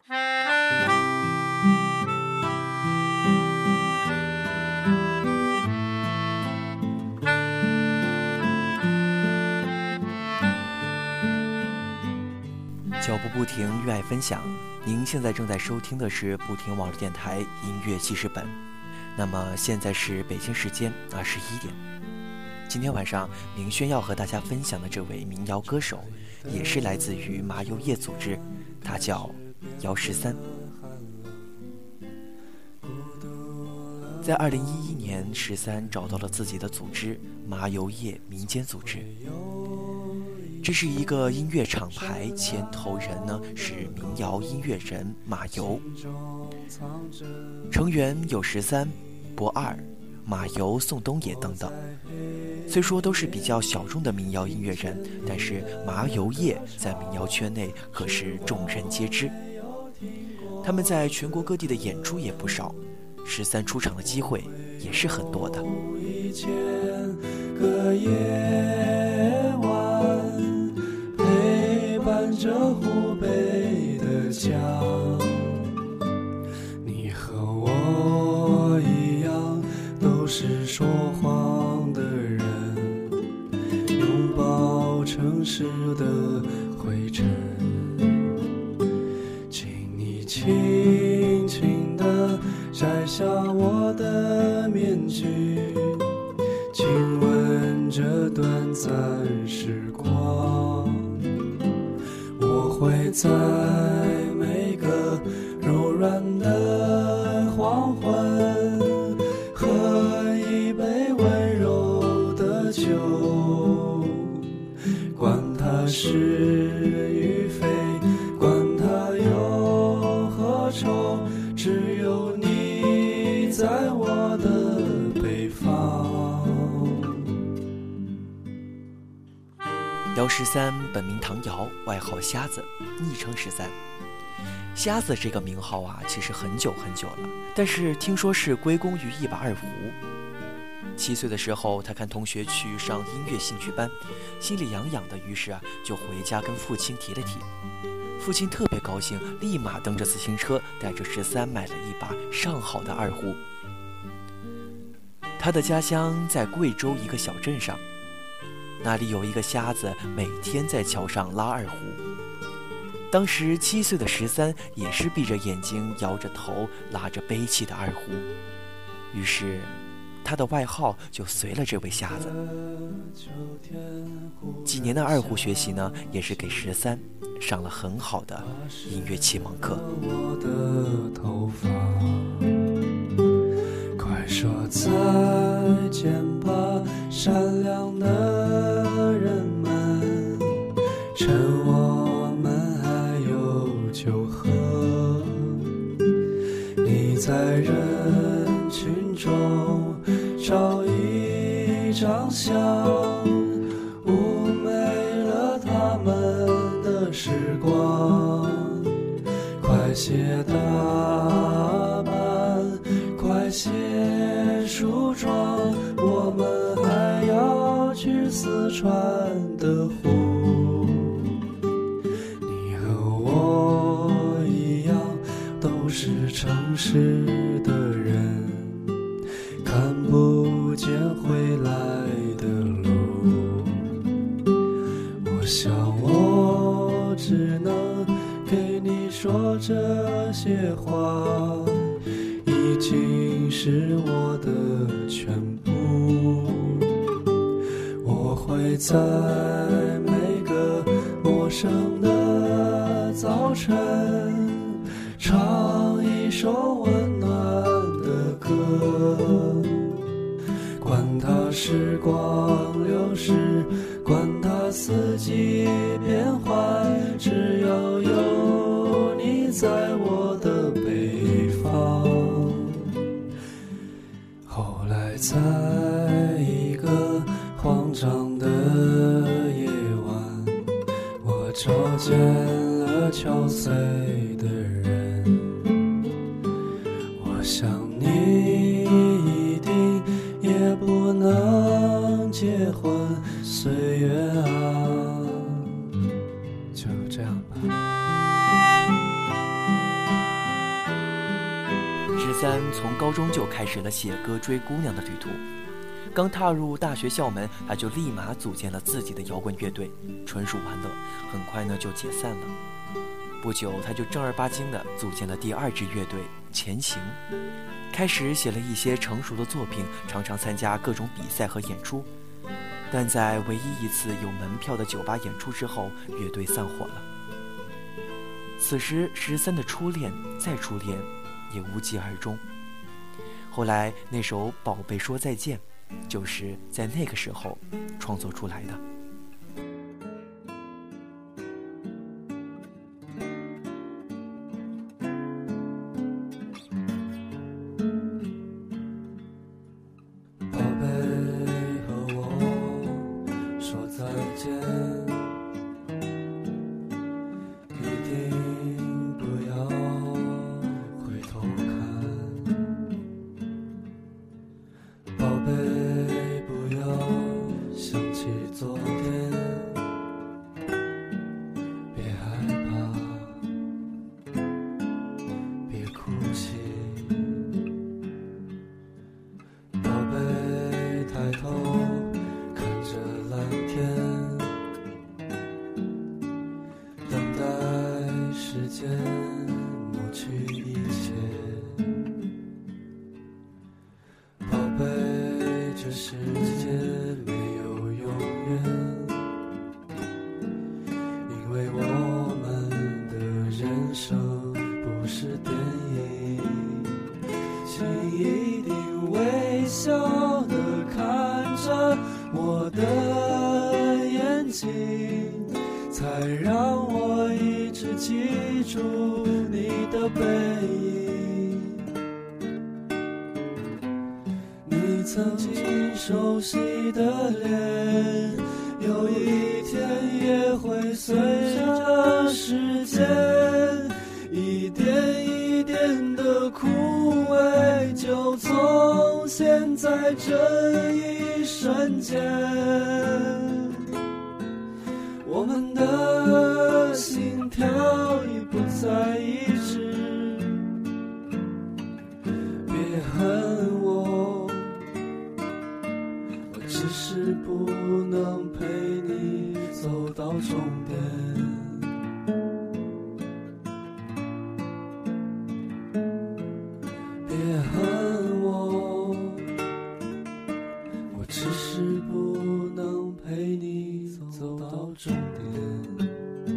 脚步不停，热爱分享。您现在正在收听的是不停网络电台音乐记事本。那么现在是北京时间21点。今天晚上明轩要和大家分享的这位民谣歌手，也是来自于麻油叶组织，他叫姚13。在2011年，13找到了自己的组织麻油叶民间组织。这是一个音乐厂牌，牵头人呢是民谣音乐人马游，成员有13、博二、马游、宋冬野等等。虽说都是比较小众的民谣音乐人，但是麻油叶在民谣圈内可是众人皆知。他们在全国各地的演出也不少，13出场的机会也是很多的。 个夜晚陪伴着湖北的家，你和我一样都是说谎的人，拥抱城市的灰尘，请你轻轻地摘下我的面具，亲吻这短暂时光，我会在每个柔软的黄昏喝一杯温柔的酒，管它是与非，管它忧和愁，只有你在我的北方。 姚13本名唐瑶，外号瞎子，昵称13。瞎子这个名号啊，其实很久很久了，但是听说是归功于一把二胡。7岁的时候，他看同学去上音乐兴趣班，心里痒痒的，于是就回家跟父亲提了提。父亲特别高兴，立马蹬着自行车带着13买了一把上好的二胡。他的家乡在贵州一个小镇上，那里有一个瞎子，每天在桥上拉二胡。当时7岁的13也是闭着眼睛，摇着头，拉着悲戚的二胡，于是他的外号就随了这位瞎子。几年的二胡学习呢，也是给13上了很好的音乐启蒙课。 我的头发，快说再见吧，善良的人们，趁我们还有酒喝。你在人群中照一张相，妩媚了他们的时光。快些打扮，快些梳妆，我们还要去四川的湖。你和我一样都是城市的人，看不见回来的路。我想我只能给你说这些话，已经是我的全部。我会在每个陌生的早晨唱一首温暖的歌，管它时光流逝，管它四季变换，只要有你在我的北方。后来在一个慌张的夜晚，我找见了憔悴的人。我想你一定也不能结婚，岁月啊，就这样吧。 三从高中就开始了写歌追姑娘的旅途，刚踏入大学校门，他就立马组建了自己的摇滚乐队，纯属玩乐，很快呢就解散了。不久，他就正儿八经的组建了第二支乐队前行，开始写了一些成熟的作品，常常参加各种比赛和演出。但在唯一一次有门票的酒吧演出之后，乐队散伙了。此时13的初恋再初恋也无疾而终。后来那首《宝贝说再见》就是在那个时候创作出来的。 宝贝和我说再见，一定不要回头看。宝贝，不要想起昨天，别害怕，别哭泣。宝贝，抬头看着蓝天，等待时间抹去一切。宝贝，这世界没有永远，因为我们的人生不是电影。请一定微笑地看着我的眼睛，才让我一直记住你的背影。你曾经熟悉的脸，有一天也会随着时间一点一点的枯萎，就从现在这一瞬间，我们的心跳已不再一致。别恨我，我只是不能陪你走到终点。别恨我，我只是不能陪你走到终点。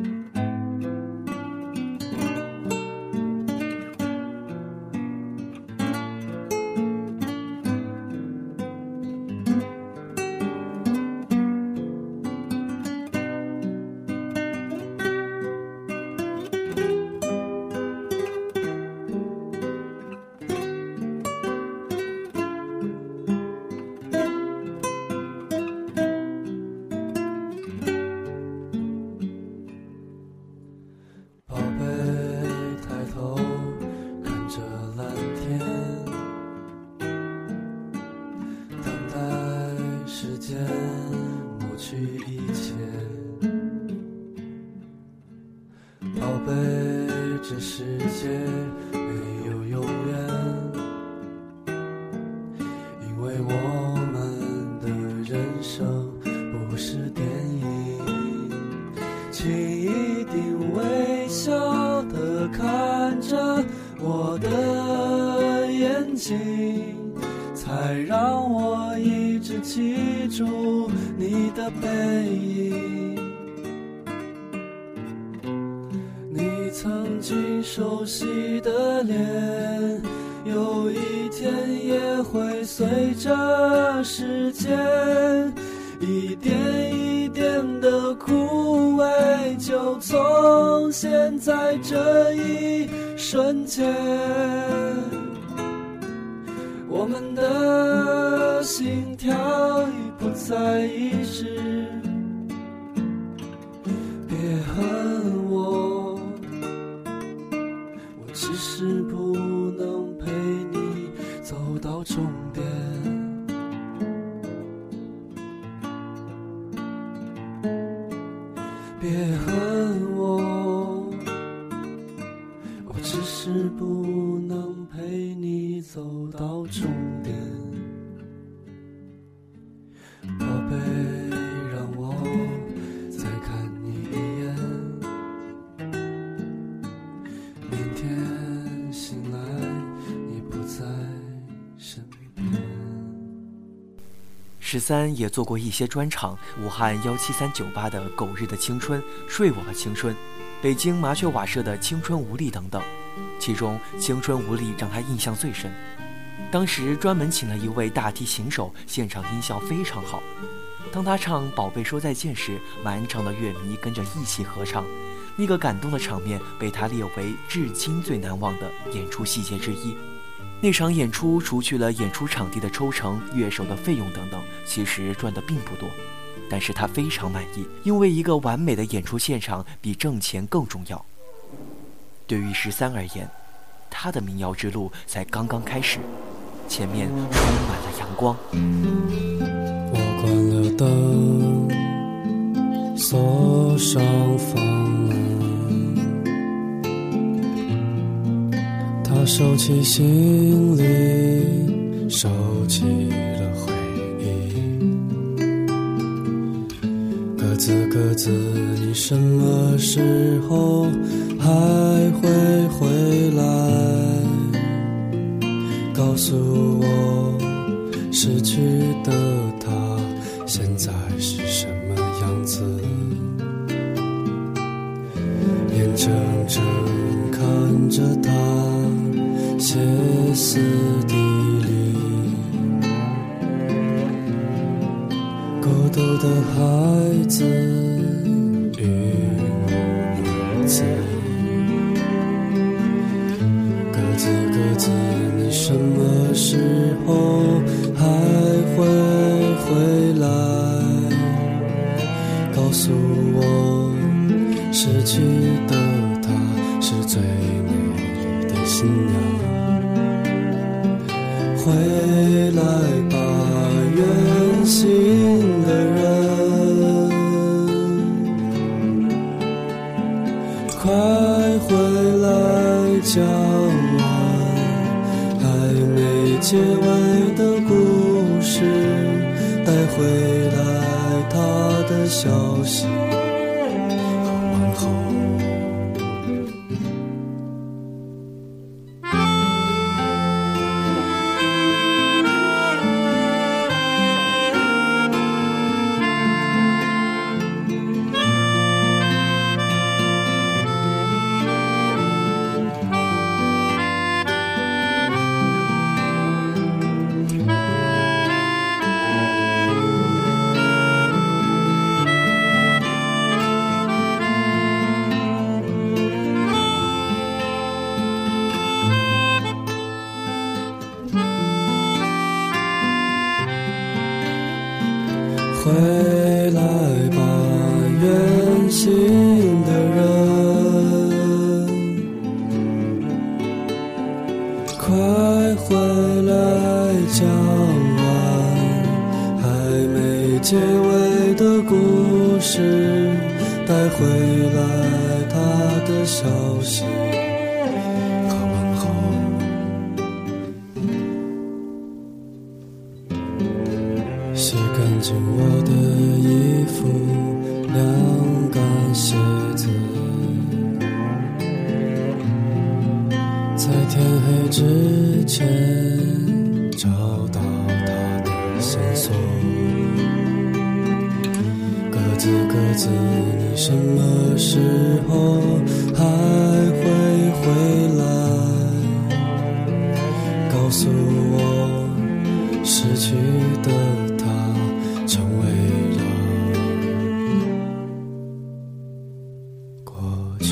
宝贝，抬头看着蓝天，等待时间抹去一切。宝贝，这世界没有永远，因为我们的人生不是电影。请一定微笑地看着我的眼睛，才让我一直记住你的背影。你曾经熟悉的脸，有一天也会随着时间一点一点的枯萎，就从现在这一瞬间，我们的心跳已不再一致。别恨我，我只是不能陪你走到终点。别恨我，我我只是不能陪你走到终点。宝贝，让我再看你一眼。明天醒来，你不在身边。 13也做过一些专场，武汉173酒吧的《狗日的青春》、《睡我的青春》，北京麻雀瓦舍的《青春无力》等等，其中《青春无力》让他印象最深。当时专门请了一位大提琴手，现场音效非常好。当他唱《宝贝说再见》时，满场的乐迷跟着一起合唱，那个感动的场面被他列为至今最难忘的演出细节之一。那场演出除去了演出场地的抽成、乐手的费用等等，其实赚的并不多，但是他非常满意，因为一个完美的演出现场比挣钱更重要。对于13而言，他的民谣之路才刚刚开始，前面充满了阳光。 我关了灯，锁上房门，他收起行李，收起了回忆。各自各自，你什么时候还会回来？告诉我，失去的他现在是什么样子？眼睁睁看着他歇斯底里，孤独的孩子语无伦次。各自各自，你什么时候还会回来？告诉我，失去的他是最美丽的新娘。回来吧，远行的人，快回来讲完还没结尾的故事，带回来他的消息和问候。回来吧，远行的人，快回来讲完还没结尾的故事，带回来他的消息和问候。洗干净我的衣服，晾干鞋子，在天黑之前找到他的线索。各自各自，你什么时候还会回来？告诉我，失去的成为了过去。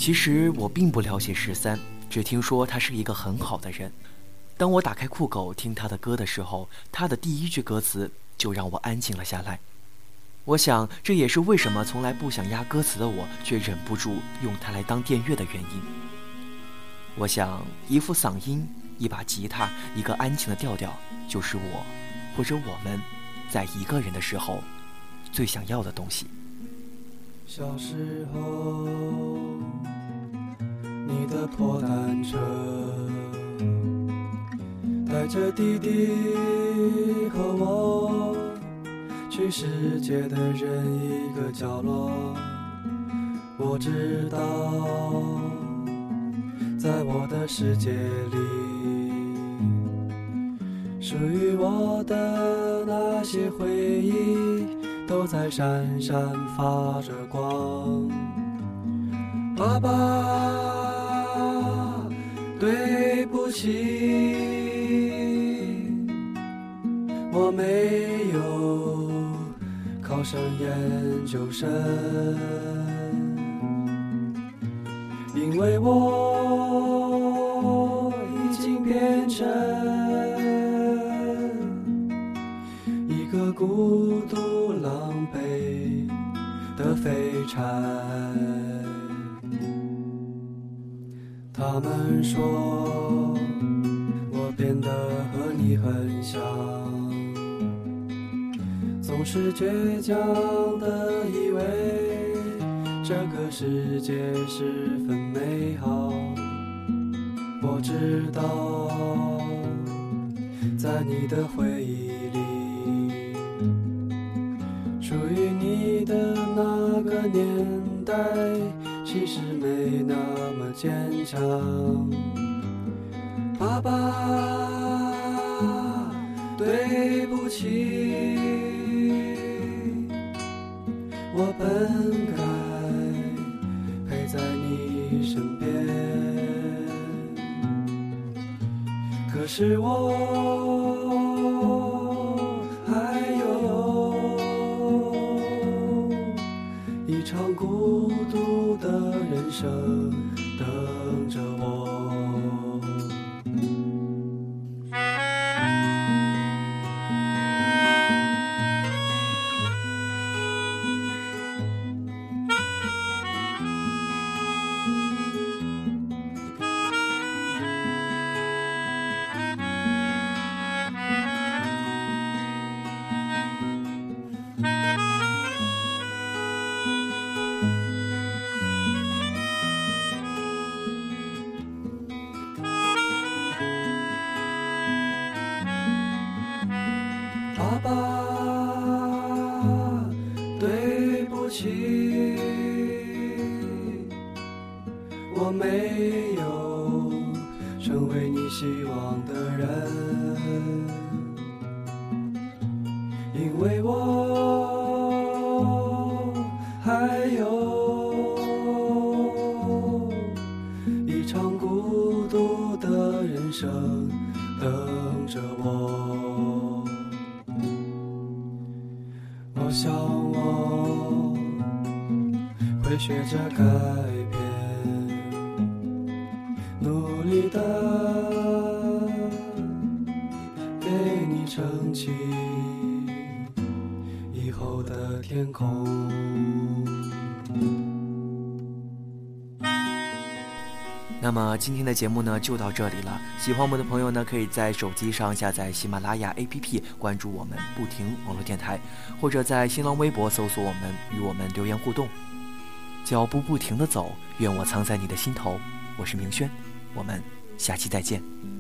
其实我并不了解13，只听说他是一个很好的人。当我打开酷狗听他的歌的时候，他的第一句歌词就让我安静了下来。我想这也是为什么从来不想压歌词的我，却忍不住用它来当电乐的原因。我想一副嗓音，一把吉他，一个安静的调调，就是我或者我们在一个人的时候最想要的东西。 小时候你的破单车带着弟弟和我去世界的任一个角落，我知道在我的世界里，属于我的那些回忆都在闪闪发着光。爸爸，对不起，我没有考上研究生，因为我已经变成一个孤独狼狈的废柴。他们说我变得和你很像，总是倔强地以为这个世界十分美好。我知道在你的回忆里，属于你的那个年代其实没那么坚强。爸爸，对不起，我本该陪在你身边，可是我还有一场孤独的人生等着我。爸爸，对不起，我没有成为你希望的人，因为我还有一场孤独的人生等着我。我想我会学着改变，努力的给你撑起以后的天空。 那么今天的节目呢就到这里了，喜欢我们的朋友呢可以在手机上下载喜马拉雅 APP 关注我们不停网络电台，或者在新浪微博搜索我们，与我们留言互动。脚步不停地走，愿我藏在你的心头。我是明轩，我们下期再见。